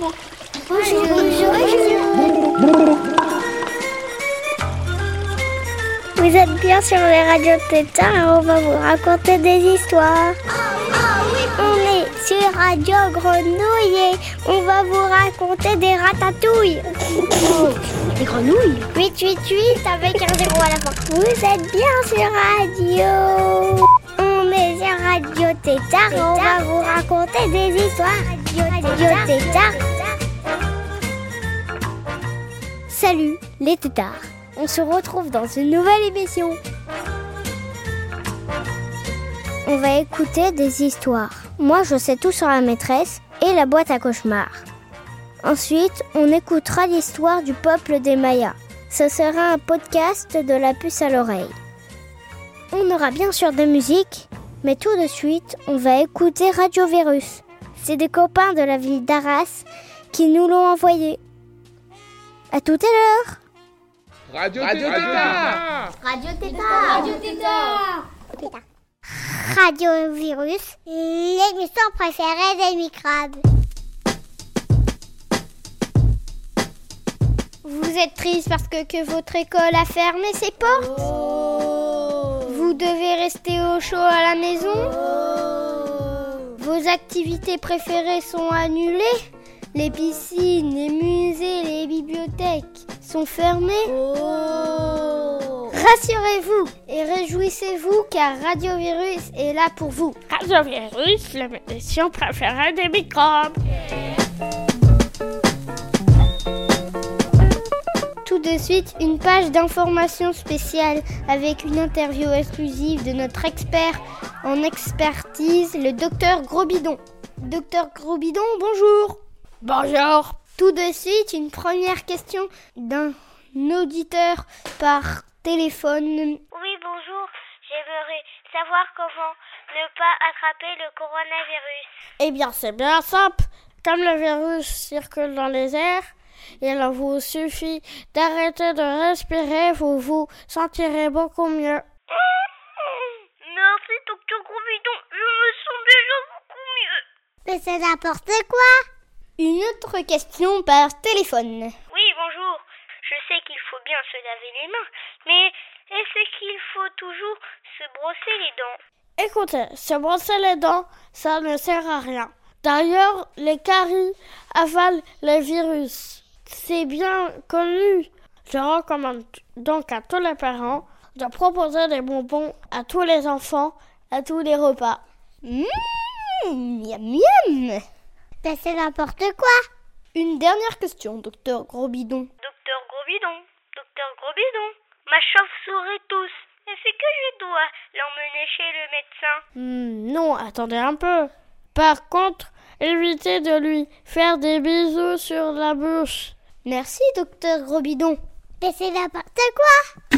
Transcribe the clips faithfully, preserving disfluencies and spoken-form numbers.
Bonjour. Bonjour. Bonjour. Vous êtes bien sur les radios Tétard et on va vous raconter des histoires. On est sur Radio Grenouille et on va vous raconter des ratatouilles. Oh, des grenouilles. huit huit huit avec un zéro à la fin. Vous êtes bien sur Radio. On est sur Radio Tétard et on va vous raconter des histoires. Radio Tétard. Salut les Tétards. On se retrouve dans une nouvelle émission. On va écouter des histoires. Moi, je sais tout sur la maîtresse et la boîte à cauchemars. Ensuite, on écoutera l'histoire du peuple des Mayas. Ce sera un podcast de la puce à l'oreille. On aura bien sûr des musiques, mais tout de suite, on va écouter Radio Virus. C'est des copains de la ville d'Arras qui nous l'ont envoyé. À tout à l'heure. Radio Tétard. Radio Tétard. Radio Tétard. Radio Virus, l'émission préférée des microbes. Vous êtes triste parce que, que votre école a fermé ses portes? Oh. Vous devez rester au chaud à la maison? Oh. Vos activités préférées sont annulées? Les piscines, les musées, les bibliothèques sont fermés. Oh. Rassurez-vous et réjouissez-vous car Radio Virus est là pour vous. Radio Virus, l'émission préférée des microbes. Tout de suite, une page d'information spéciale avec une interview exclusive de notre expert en expertise, le docteur Grosbidon. Docteur Grosbidon, bonjour. Bonjour. Tout de suite, une première question d'un auditeur par téléphone. Oui, bonjour. J'aimerais savoir comment ne pas attraper le coronavirus. Eh bien, c'est bien simple. Comme le virus circule dans les airs, il vous suffit d'arrêter de respirer, vous vous sentirez beaucoup mieux. Merci, docteur Grosbidon. Je me sens déjà beaucoup mieux. Mais c'est n'importe quoi. Une autre question par téléphone. Oui, bonjour. Je sais qu'il faut bien se laver les mains, mais est-ce qu'il faut toujours se brosser les dents? Écoutez, se brosser les dents, ça ne sert à rien. D'ailleurs, les caries avalent les virus. C'est bien connu. Je recommande donc à tous les parents de proposer des bonbons à tous les enfants, à tous les repas. Mmh, miam miam. Ben c'est n'importe quoi. Une dernière question, docteur Grosbidon. Docteur Grosbidon, docteur Grosbidon, ma chauve-souris tousse. Est-ce que je dois l'emmener chez le médecin? Hmm, non, attendez un peu. Par contre, évitez de lui faire des bisous sur la bouche. Merci, docteur Grosbidon. Mais c'est n'importe quoi.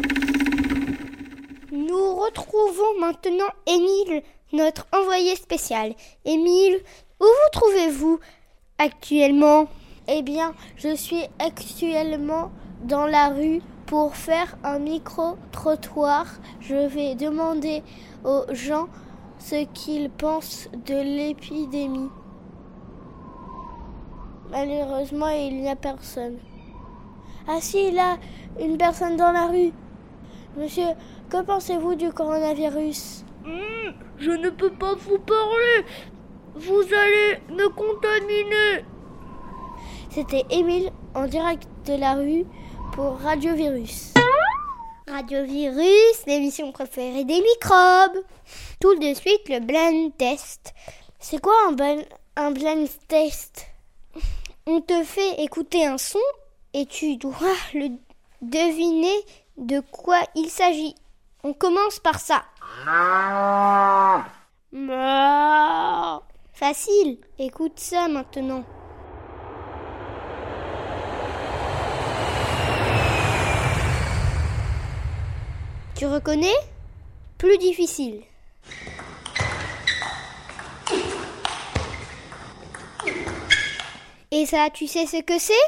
Nous retrouvons maintenant Émile, notre envoyé spécial. Émile, où vous trouvez-vous actuellement? Eh bien, je suis actuellement dans la rue pour faire un micro-trottoir. Je vais demander aux gens ce qu'ils pensent de l'épidémie. Malheureusement, il n'y a personne. Ah si, là, une personne dans la rue. Monsieur, que pensez-vous du coronavirus? mmh, Je ne peux pas vous parler. Vous allez me contaminer. C'était Émile en direct de la rue pour Radio Virus. Radio Virus, l'émission préférée des microbes. Tout de suite, le blind test. C'est quoi un, blind, un blind test? On te fait écouter un son et tu dois le deviner de quoi il s'agit. On commence par ça. Facile, écoute ça maintenant. Tu reconnais? Plus difficile. Et ça, tu sais ce que c'est?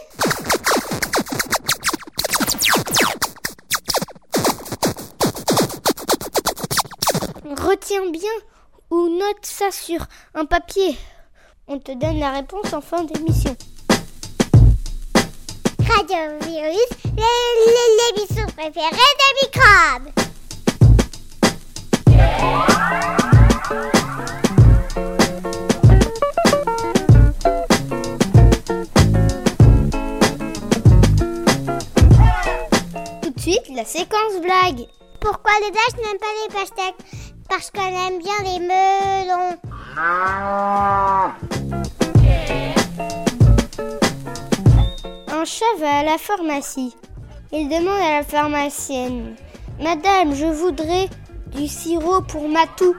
Retiens bien ou note ça sur un papier On te donne la réponse en fin d'émission. Radio Virus, l'émission préférée des microbes. Tout de suite, la séquence blague. Pourquoi les vaches n'aiment pas les pastèques? Parce qu'on aime bien les melons. Un chat va à la pharmacie. Il demande à la pharmacienne: Madame, je voudrais du sirop pour ma toux.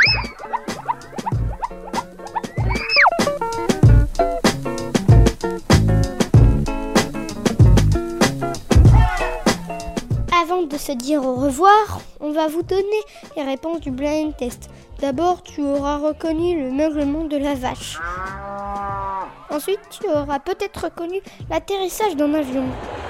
Avant de se dire au revoir, on va vous donner les réponses du blind test. D'abord, tu auras reconnu le meuglement de la vache. Ensuite, tu auras peut-être reconnu l'atterrissage d'un avion.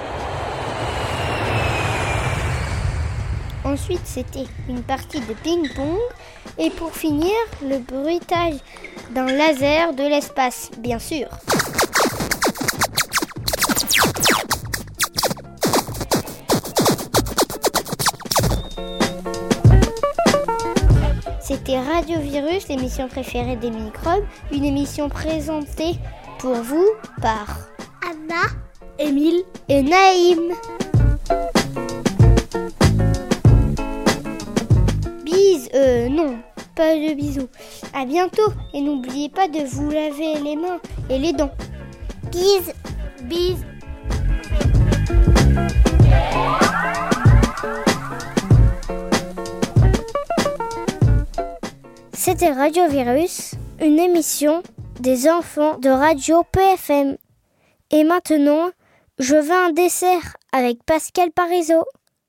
Ensuite, c'était une partie de ping-pong. Et pour finir, le bruitage d'un laser de l'espace, bien sûr. C'était Radio Virus, l'émission préférée des microbes, une émission présentée pour vous par Anna, Émile et Naïm. Bise, euh, non, pas de bisous. À bientôt et n'oubliez pas de vous laver les mains et les dents. bise, Bise. C'était Radio Virus, une émission des enfants de Radio P F M. Et maintenant, je veux un dessert avec Pascal Parisot.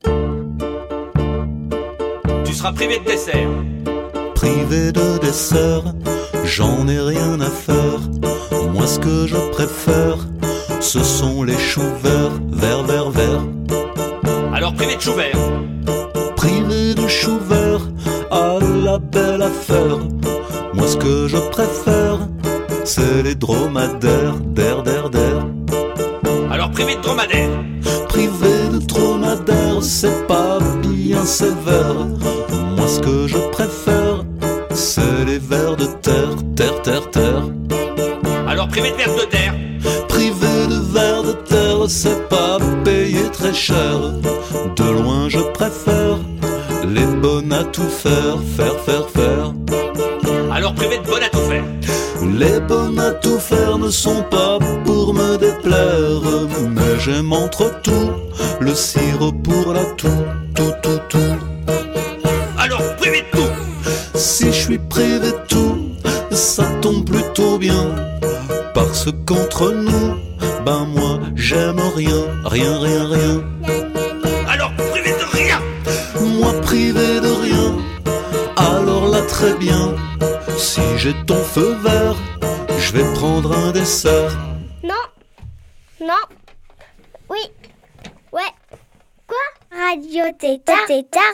Tu seras privé de dessert. Privé de dessert, j'en ai rien à faire. Moi ce que je préfère, ce sont les choux verts, verts, verts, verts. Alors privé de choux verts. Privé de choux verts, à la belle affaire. Moi ce que je préfère, c'est les dromadaires, der, der, der. Alors privé de dromadaire. Privé de dromadaire, c'est pas bien sévère. Moi ce que je préfère, c'est les vers de terre, terre, terre, terre. Alors privé de vers de terre. Privé de vers de terre, c'est pas payé très cher. De loin je préfère les bonnes à tout faire, faire, faire, faire. Alors privé de bonnes à tout faire. Les bonnes à tout faire ne sont pas pour me déplaire, mais j'aime entre tout le sirop pour la toux, tout, tout, tout. Alors privé de tout. Si je suis privé de tout, ça tombe plutôt bien, parce qu'entre nous, ben moi j'aime rien, rien, rien, rien. Alors privé de rien. Moi privé de rien, alors là très bien. Si j'ai ton feu vert, je vais prendre un dessert. non, non, oui, ouais, quoi? Radio Tétard, Tétard,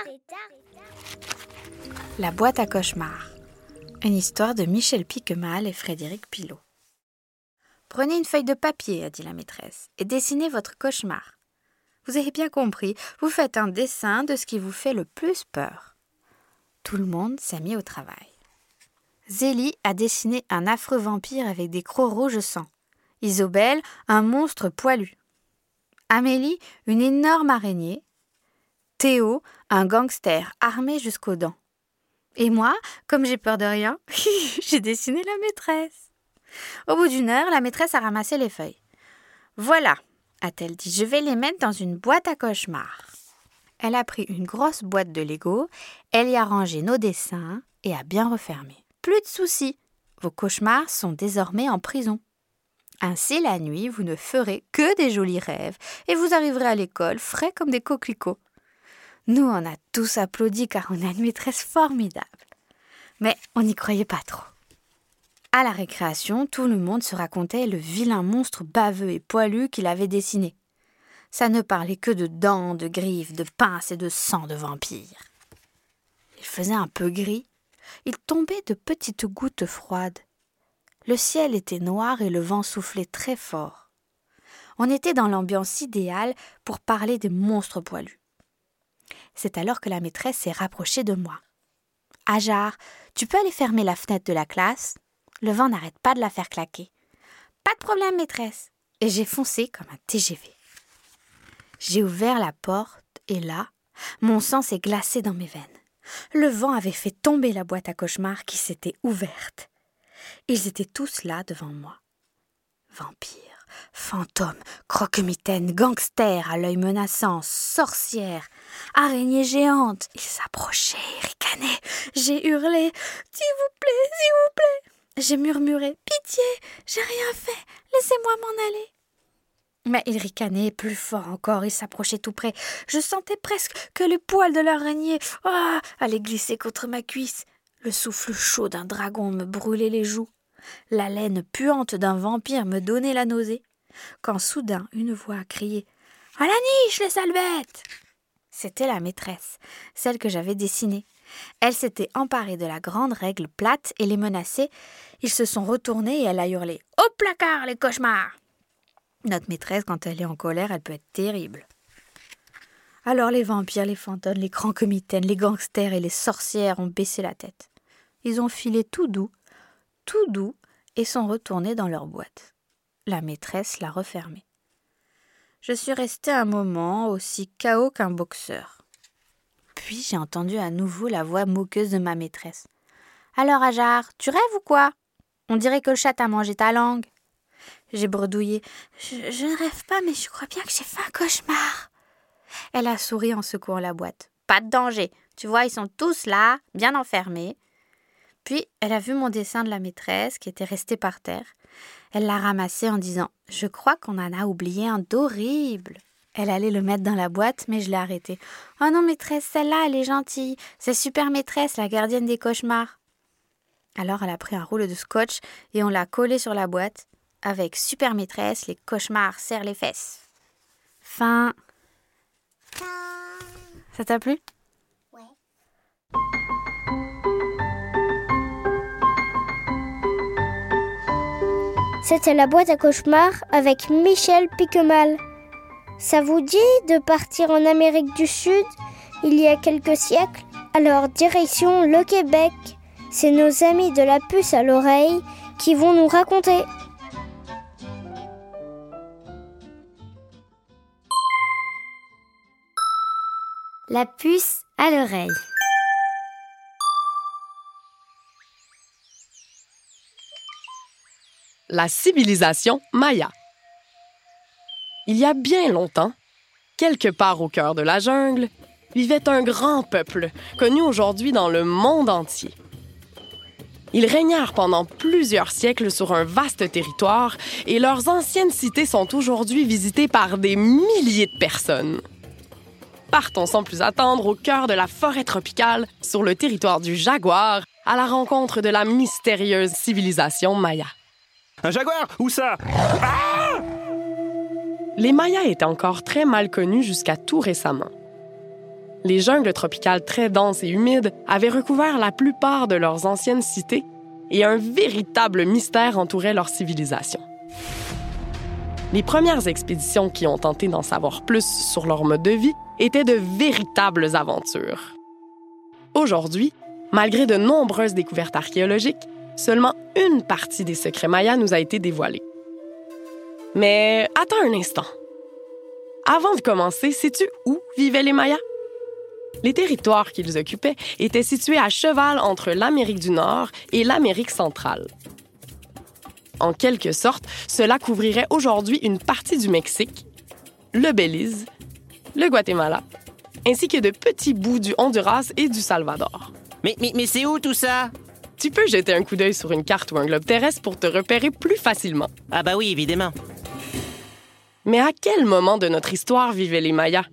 La boîte à cauchemars. Une histoire de Michel Piquemal et Frédéric Pilot. Prenez une feuille de papier, a dit la maîtresse, et dessinez votre cauchemar. Vous avez bien compris, vous faites un dessin de ce qui vous fait le plus peur. Tout le monde s'est mis au travail. Zélie a dessiné un affreux vampire avec des crocs rouges sang. Isobel, un monstre poilu. Amélie, une énorme araignée. Théo, un gangster armé jusqu'aux dents. Et moi, comme j'ai peur de rien, j'ai dessiné la maîtresse. Au bout d'une heure, la maîtresse a ramassé les feuilles. Voilà, a-t-elle dit, je vais les mettre dans une boîte à cauchemars. Elle a pris une grosse boîte de Lego, elle y a rangé nos dessins et a bien refermé. Plus de soucis, vos cauchemars sont désormais en prison. Ainsi, la nuit, vous ne ferez que des jolis rêves et vous arriverez à l'école frais comme des coquelicots. Nous, on a tous applaudi car on a une maîtresse formidable. Mais on n'y croyait pas trop. À la récréation, tout le monde se racontait le vilain monstre baveux et poilu qu'il avait dessiné. Ça ne parlait que de dents, de griffes, de pinces et de sang de vampire. Il faisait un peu gris. Il tombait de petites gouttes froides. Le ciel était noir et le vent soufflait très fort. On était dans l'ambiance idéale pour parler des monstres poilus. C'est alors que la maîtresse s'est rapprochée de moi. « Ajar, tu peux aller fermer la fenêtre de la classe ? Le vent n'arrête pas de la faire claquer. »« Pas de problème, maîtresse. » Et j'ai foncé comme un T G V. J'ai ouvert la porte et là, mon sang s'est glacé dans mes veines. Le vent avait fait tomber la boîte à cauchemars qui s'était ouverte. Ils étaient tous là devant moi. Vampires, fantômes, croque-mitaines, gangsters à l'œil menaçant, sorcières, araignées géantes. Ils s'approchaient, ricanaient. J'ai hurlé « S'il vous plaît, s'il vous plaît !» J'ai murmuré « Pitié, j'ai rien fait, laissez-moi m'en aller !» Mais ils ricanaient plus fort encore, ils s'approchaient tout près. Je sentais presque que les poils de l'araignée oh, allaient glisser contre ma cuisse. Le souffle chaud d'un dragon me brûlait les joues. La laine puante d'un vampire me donnait la nausée. Quand soudain, une voix a crié « À la niche, les sales bêtes !» C'était la maîtresse, celle que j'avais dessinée. Elle s'était emparée de la grande règle plate et les menaçait. Ils se sont retournés et elle a hurlé « Au placard, les cauchemars !» Notre maîtresse, quand elle est en colère, elle peut être terrible. Alors les vampires, les fantômes, les croque-mitaines, les gangsters et les sorcières ont baissé la tête. Ils ont filé tout doux, tout doux, et sont retournés dans leur boîte. La maîtresse l'a refermée. Je suis restée un moment aussi K O qu'un boxeur. Puis j'ai entendu à nouveau la voix moqueuse de ma maîtresse. « Alors, Ajar, tu rêves ou quoi ? On dirait que le chat a mangé ta langue. » J'ai bredouillé. Je, « Je ne rêve pas, mais je crois bien que j'ai fait un cauchemar. » Elle a souri en secouant la boîte. « Pas de danger. Tu vois, ils sont tous là, bien enfermés. » Puis, elle a vu mon dessin de la maîtresse qui était resté par terre. Elle l'a ramassé en disant « Je crois qu'on en a oublié un d'horrible. » Elle allait le mettre dans la boîte, mais je l'ai arrêtée. « Oh non, maîtresse, celle-là, elle est gentille. C'est super maîtresse, la gardienne des cauchemars. » Alors, elle a pris un rouleau de scotch et on l'a collé sur la boîte. Avec super maîtresse, les cauchemars serrent les fesses. Fin. Ça t'a plu ? Ouais. C'était la boîte à cauchemars avec Michel Piquemal. Ça vous dit de partir en Amérique du Sud il y a quelques siècles ? Alors direction le Québec. C'est nos amis de la puce à l'oreille qui vont nous raconter. La puce à l'oreille. La civilisation Maya. Il y a bien longtemps, quelque part au cœur de la jungle, vivait un grand peuple, connu aujourd'hui dans le monde entier. Ils régnèrent pendant plusieurs siècles sur un vaste territoire et leurs anciennes cités sont aujourd'hui visitées par des milliers de personnes. Partons sans plus attendre au cœur de la forêt tropicale, sur le territoire du jaguar, à la rencontre de la mystérieuse civilisation Maya. Un jaguar? Où ça? Ah! Les Mayas étaient encore très mal connus jusqu'à tout récemment. Les jungles tropicales très denses et humides avaient recouvert la plupart de leurs anciennes cités et un véritable mystère entourait leur civilisation. Les premières expéditions qui ont tenté d'en savoir plus sur leur mode de vie étaient de véritables aventures. Aujourd'hui, malgré de nombreuses découvertes archéologiques, seulement une partie des secrets mayas nous a été dévoilée. Mais attends un instant. Avant de commencer, sais-tu où vivaient les Mayas? Les territoires qu'ils occupaient étaient situés à cheval entre l'Amérique du Nord et l'Amérique centrale. En quelque sorte, cela couvrirait aujourd'hui une partie du Mexique, le Belize, le Guatemala, ainsi que de petits bouts du Honduras et du Salvador. Mais, mais, mais c'est où tout ça? Tu peux jeter un coup d'œil sur une carte ou un globe terrestre pour te repérer plus facilement. Ah bah oui, évidemment. Mais à quel moment de notre histoire vivaient les Mayas?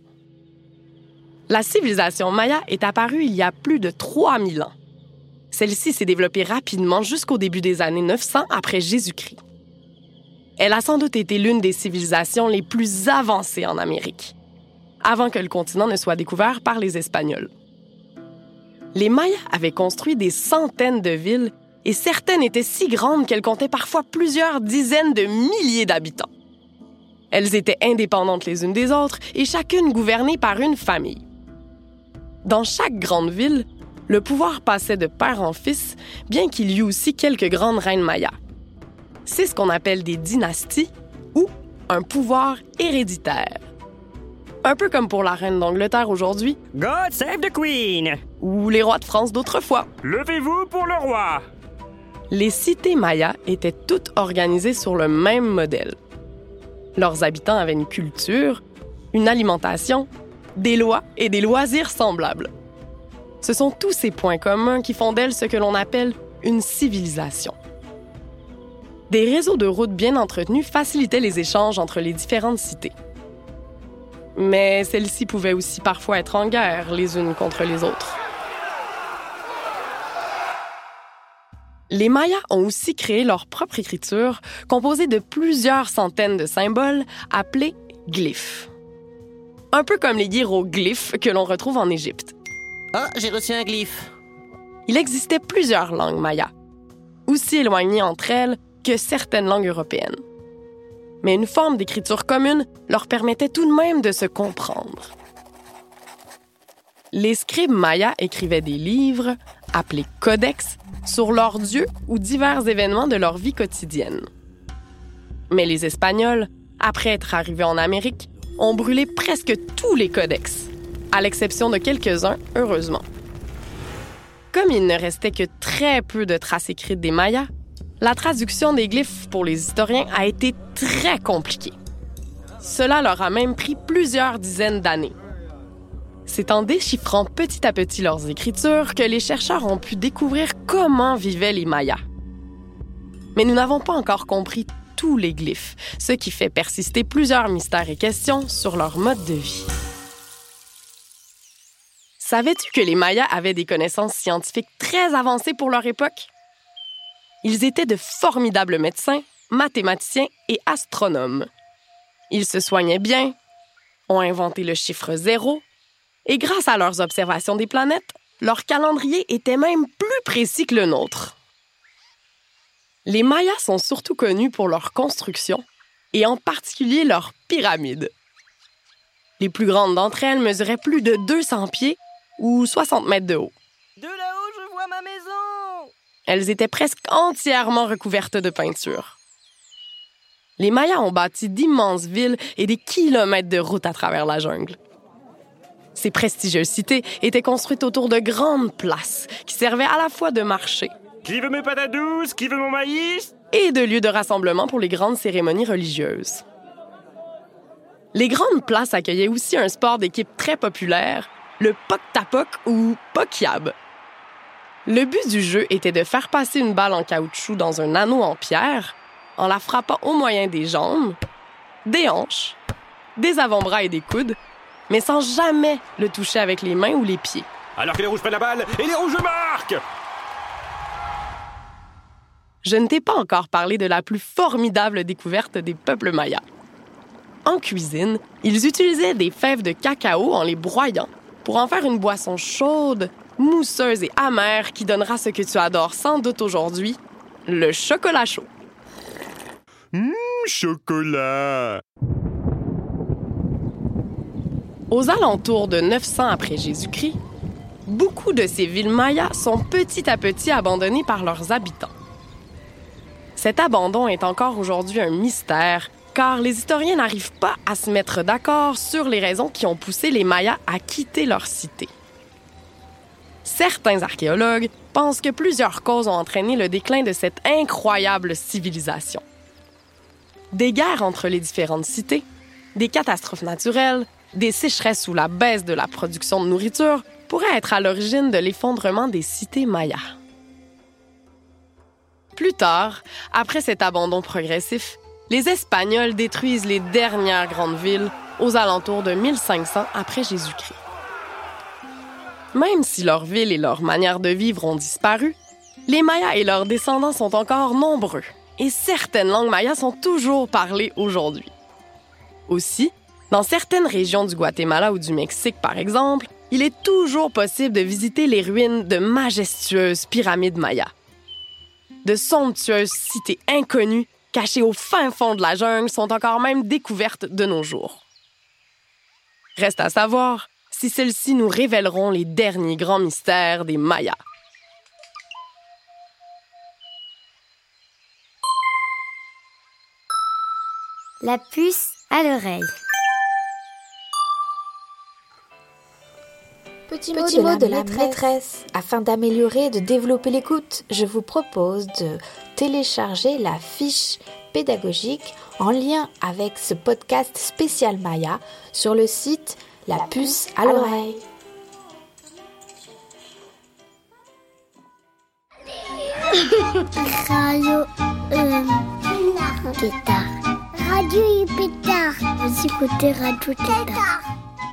La civilisation Maya est apparue il y a plus de trois mille ans. Celle-ci s'est développée rapidement jusqu'au début des années neuf cents après Jésus-Christ. Elle a sans doute été l'une des civilisations les plus avancées en Amérique, avant que le continent ne soit découvert par les Espagnols. Les Mayas avaient construit des centaines de villes et certaines étaient si grandes qu'elles comptaient parfois plusieurs dizaines de milliers d'habitants. Elles étaient indépendantes les unes des autres et chacune gouvernée par une famille. Dans chaque grande ville, le pouvoir passait de père en fils, bien qu'il y eût aussi quelques grandes reines mayas. C'est ce qu'on appelle des dynasties ou un pouvoir héréditaire. Un peu comme pour la reine d'Angleterre aujourd'hui. God save the Queen! Ou les rois de France d'autrefois. Levez-vous pour le roi! Les cités mayas étaient toutes organisées sur le même modèle. Leurs habitants avaient une culture, une alimentation, des lois et des loisirs semblables. Ce sont tous ces points communs qui font d'elles ce que l'on appelle une civilisation. Des réseaux de routes bien entretenus facilitaient les échanges entre les différentes cités. Mais celles-ci pouvaient aussi parfois être en guerre les unes contre les autres. Les Mayas ont aussi créé leur propre écriture, composée de plusieurs centaines de symboles appelés glyphes. Un peu comme les hiéroglyphes que l'on retrouve en Égypte. Ah, j'ai reçu un glyphe. Il existait plusieurs langues mayas, aussi éloignées entre elles que certaines langues européennes. Mais une forme d'écriture commune leur permettait tout de même de se comprendre. Les scribes mayas écrivaient des livres, appelés codex, sur leurs dieux ou divers événements de leur vie quotidienne. Mais les Espagnols, après être arrivés en Amérique, ont brûlé presque tous les codex, à l'exception de quelques-uns, heureusement. Comme il ne restait que très peu de traces écrites des Mayas, la traduction des glyphes pour les historiens a été très compliquée. Cela leur a même pris plusieurs dizaines d'années. C'est en déchiffrant petit à petit leurs écritures que les chercheurs ont pu découvrir comment vivaient les Mayas. Mais nous n'avons pas encore compris tous les glyphes, ce qui fait persister plusieurs mystères et questions sur leur mode de vie. Savais-tu que les Mayas avaient des connaissances scientifiques très avancées pour leur époque? Ils étaient de formidables médecins, mathématiciens et astronomes. Ils se soignaient bien, ont inventé le chiffre zéro, et grâce à leurs observations des planètes, leur calendrier était même plus précis que le nôtre. Les Mayas sont surtout connus pour leur construction, et en particulier leurs pyramides. Les plus grandes d'entre elles mesuraient plus de deux cents pieds ou soixante mètres de haut. De là-haut, je vois ma maison! Elles étaient presque entièrement recouvertes de peinture. Les Mayas ont bâti d'immenses villes et des kilomètres de routes à travers la jungle. Ces prestigieuses cités étaient construites autour de grandes places qui servaient à la fois de marché. Qui veut mes patates douces? Qui veut mon maïs? Et de lieux de rassemblement pour les grandes cérémonies religieuses. Les grandes places accueillaient aussi un sport d'équipe très populaire, le Pok-Tapok ou Pok-Yab. Le but du jeu était de faire passer une balle en caoutchouc dans un anneau en pierre en la frappant au moyen des jambes, des hanches, des avant-bras et des coudes, mais sans jamais le toucher avec les mains ou les pieds. Alors que les rouges prennent la balle et les rouges marquent! Je ne t'ai pas encore parlé de la plus formidable découverte des peuples mayas. En cuisine, ils utilisaient des fèves de cacao en les broyant pour en faire une boisson chaude, mousseuse et amère qui donnera ce que tu adores sans doute aujourd'hui, le chocolat chaud. Hum, chocolat! Aux alentours de neuf cents après Jésus-Christ, beaucoup de ces villes mayas sont petit à petit abandonnées par leurs habitants. Cet abandon est encore aujourd'hui un mystère, car les historiens n'arrivent pas à se mettre d'accord sur les raisons qui ont poussé les Mayas à quitter leur cité. Certains archéologues pensent que plusieurs causes ont entraîné le déclin de cette incroyable civilisation. Des guerres entre les différentes cités, des catastrophes naturelles, des sécheresses ou la baisse de la production de nourriture pourraient être à l'origine de l'effondrement des cités mayas. Plus tard, après cet abandon progressif, les Espagnols détruisent les dernières grandes villes aux alentours de mille cinq cents après Jésus-Christ. Même si leurs villes et leur manière de vivre ont disparu, les Mayas et leurs descendants sont encore nombreux et certaines langues mayas sont toujours parlées aujourd'hui. Aussi, dans certaines régions du Guatemala ou du Mexique, par exemple, il est toujours possible de visiter les ruines de majestueuses pyramides mayas. de somptueuses cités inconnues, cachées au fin fond de la jungle, sont encore même découvertes de nos jours. Reste à savoir si celles-ci nous révéleront les derniers grands mystères des Mayas. La puce à l'oreille. Petit mot, Petit de, mot la de la maîtresse. maîtresse. Afin d'améliorer et de développer l'écoute, je vous propose de télécharger la fiche pédagogique en lien avec ce podcast spécial Maya sur le site La puce à l'oreille. Radio euh, Tétard. Radio Pétard. Vous écoutez Radio Tétard.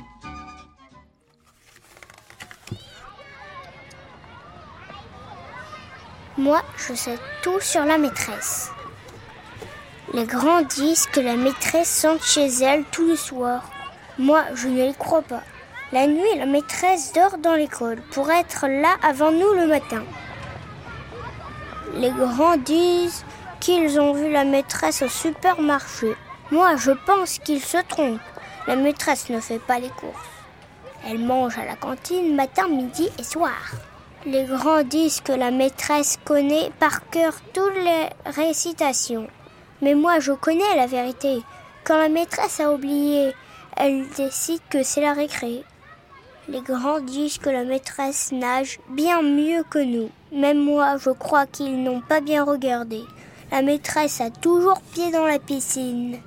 Moi, je sais tout sur la maîtresse. Les grands disent que la maîtresse entre chez elle tous les soirs. Moi, je ne les crois pas. La nuit, la maîtresse dort dans l'école pour être là avant nous le matin. Les grands disent qu'ils ont vu la maîtresse au supermarché. Moi, je pense qu'ils se trompent. La maîtresse ne fait pas les courses. Elle mange à la cantine matin, midi et soir. Les grands disent que la maîtresse connaît par cœur toutes les récitations. Mais moi, je connais la vérité. Quand la maîtresse a oublié, elle décide que c'est la récré. Les grands disent que la maîtresse nage bien mieux que nous. Même moi, je crois qu'ils n'ont pas bien regardé. La maîtresse a toujours pied dans la piscine.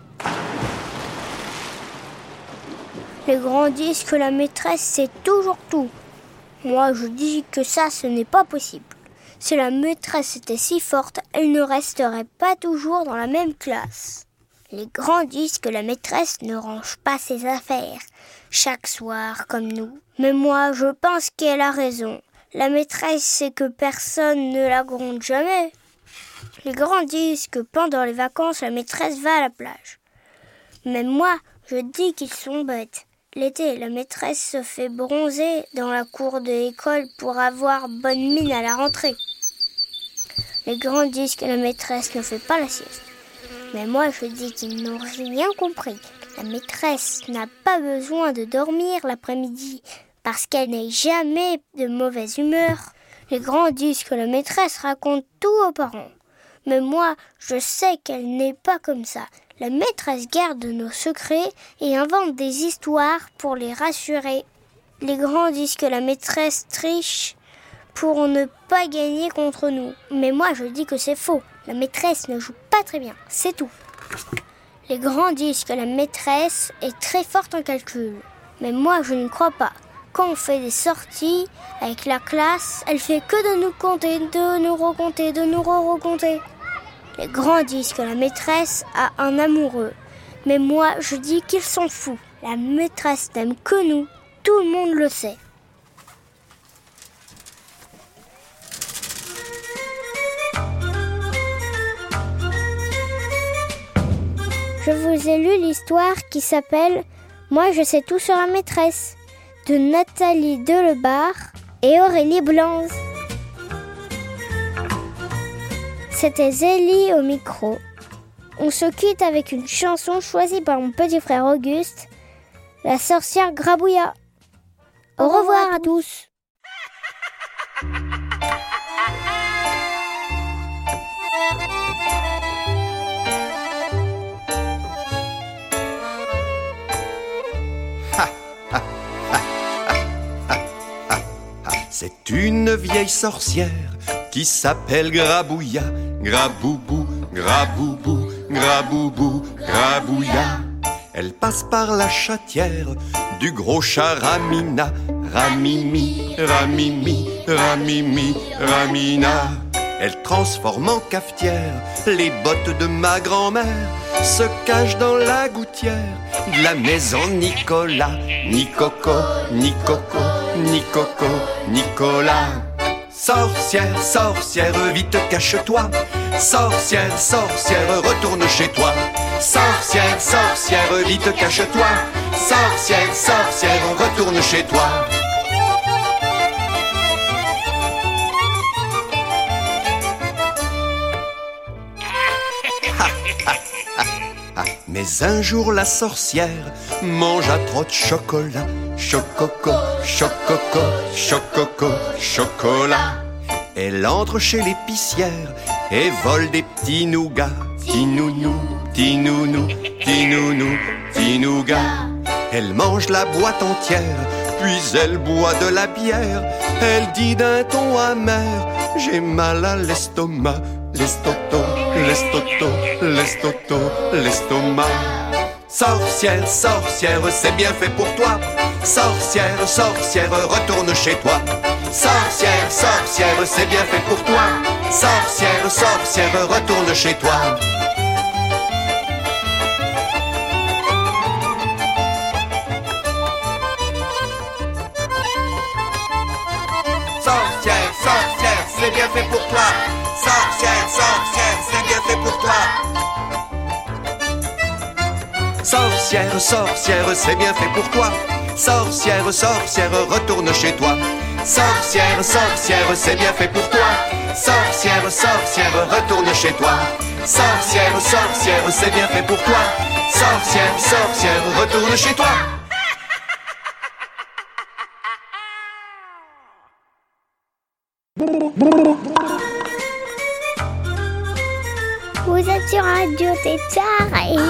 Les grands disent que la maîtresse sait toujours tout. Moi, je dis que ça, ce n'est pas possible. Si la maîtresse était si forte, elle ne resterait pas toujours dans la même classe. Les grands disent que la maîtresse ne range pas ses affaires, chaque soir comme nous. Mais moi, je pense qu'elle a raison. La maîtresse sait que personne ne la gronde jamais. Les grands disent que pendant les vacances, la maîtresse va à la plage. Mais moi, je dis qu'ils sont bêtes. L'été, la maîtresse se fait bronzer dans la cour de l'école pour avoir bonne mine à la rentrée. Les grands disent que la maîtresse ne fait pas la sieste. Mais moi, je dis qu'ils n'ont rien compris. La maîtresse n'a pas besoin de dormir l'après-midi parce qu'elle n'est jamais de mauvaise humeur. Les grands disent que la maîtresse raconte tout aux parents. Mais moi, je sais qu'elle n'est pas comme ça. La maîtresse garde nos secrets et invente des histoires pour les rassurer. Les grands disent que la maîtresse triche pour ne pas gagner contre nous. Mais moi, je dis que c'est faux. La maîtresse ne joue pas très bien, c'est tout. Les grands disent que la maîtresse est très forte en calcul. Mais moi, je ne crois pas. Quand on fait des sorties avec la classe, elle fait que de nous compter, de nous recompter, de nous re-recompter. Les grands disent que la maîtresse a un amoureux. Mais moi, je dis qu'ils s'en foutent. La maîtresse n'aime que nous. Tout le monde le sait. Je vous ai lu l'histoire qui s'appelle « Moi, je sais tout sur la maîtresse » de Nathalie Delebarre et Aurélie Blanze. C'était Zélie au micro. On se quitte avec une chanson choisie par mon petit frère Auguste, La sorcière Grabouilla. Au, Au revoir, revoir à tous. C'est une vieille sorcière qui s'appelle Grabouilla. Graboubou, graboubou, graboubou, grabouilla. Elle passe par la chatière du gros chat Ramina. Ramimi, Ramimi, Ramimi, Ramina. Elle transforme en cafetière les bottes de ma grand-mère. Se cache dans la gouttière de la maison Nicolas. Ni Coco, ni Coco, ni Coco, Nicolas. Sorcière, sorcière, vite cache-toi. Sorcière, sorcière, retourne chez toi. Sorcière, sorcière, vite cache-toi. Sorcière, sorcière, retourne chez toi. Mais un jour la sorcière mangea trop de chocolat. Chococo, chococo, chococo, chocolat. Elle entre chez l'épicière et vole des petits nougats. Petits nounous, petits nounous, petits nounous, petits nougats. Elle mange la boîte entière, puis elle boit de la bière. Elle dit d'un ton amer: j'ai mal à l'estomac. L'estoto, l'estoto, l'estoto, l'estomac. Sorcière, sorcière, c'est bien fait pour toi. Sorcière, sorcière, retourne chez toi. Sorcière, sorcière, c'est bien fait pour toi. Sorcière, sorcière, retourne chez toi. Sorcière, sorcière, c'est bien fait pour toi. Sorcière, sorcière, c'est bien fait pour toi. Sorcière, sorcière, c'est bien fait pour toi. Sorcière, sorcière, retourne chez toi. Sorcière, sorcière, c'est bien fait pour toi. Sorcière, sorcière, retourne chez toi. Sorcière, sorcière, c'est bien fait pour toi. Sorcière, sorcière, retourne chez toi. Vous êtes sur Radio Tétard et...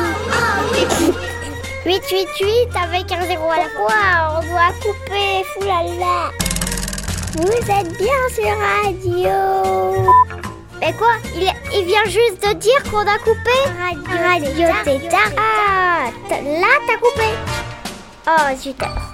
huit huit huit avec un zéro à la fois, on doit couper, foulala. Vous êtes bien sur Radio... Mais quoi, il, il vient juste de dire qu'on a coupé Radio, Radio Tétard. Ah, là t'as coupé. Oh, zut alors.